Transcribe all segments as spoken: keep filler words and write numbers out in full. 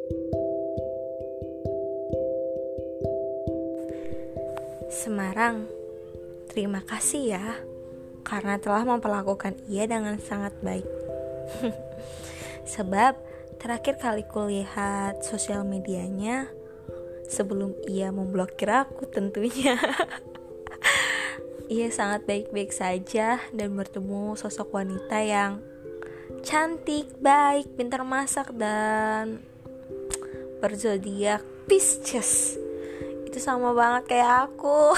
Semarang, terima kasih ya karena telah memperlakukan ia dengan sangat baik. Sebab terakhir kali kulihat sosial medianya sebelum ia memblokir aku tentunya. Ia sangat baik-baik saja dan bertemu sosok wanita yang cantik, baik, pintar masak dan berzodiak Pisces. Itu sama banget kayak aku.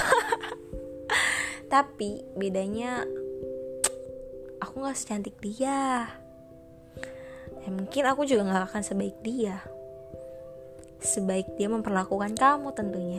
Tapi bedanya aku gak secantik dia. Ya, mungkin aku juga gak akan sebaik dia. Sebaik dia memperlakukan kamu tentunya.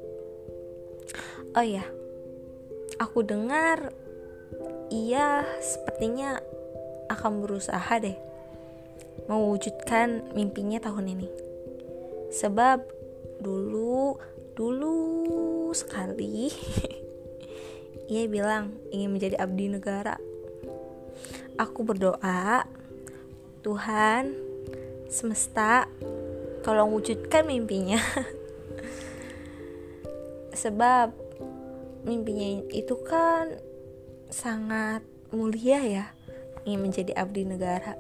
Oh ya, aku dengar ia sepertinya akan berusaha deh mewujudkan mimpinya tahun ini. Sebab dulu Dulu sekali ia bilang ingin menjadi abdi negara. Aku berdoa, Tuhan semesta tolong wujudkan mimpinya. Sebab mimpinya itu kan sangat mulia ya, ingin menjadi abdi negara.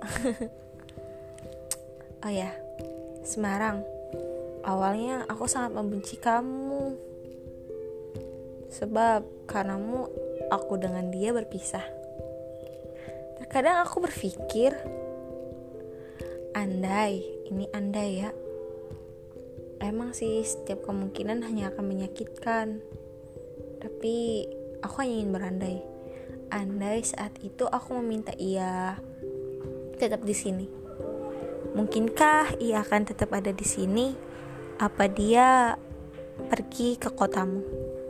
Oh ya, Semarang, awalnya aku sangat membenci kamu. Sebab karenamu aku dengan dia berpisah. Terkadang aku berpikir, andai, ini andai ya, emang sih setiap kemungkinan hanya akan menyakitkan. Tapi aku hanya ingin berandai. Andai saat itu aku meminta ia tetap di sini. Mungkinkah ia akan tetap ada di sini? Apa dia pergi ke kotamu?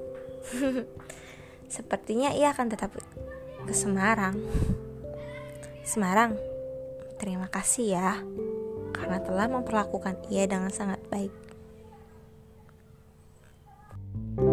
Sepertinya ia akan tetap ke Semarang. Semarang, terima kasih ya karena telah memperlakukan ia dengan sangat baik.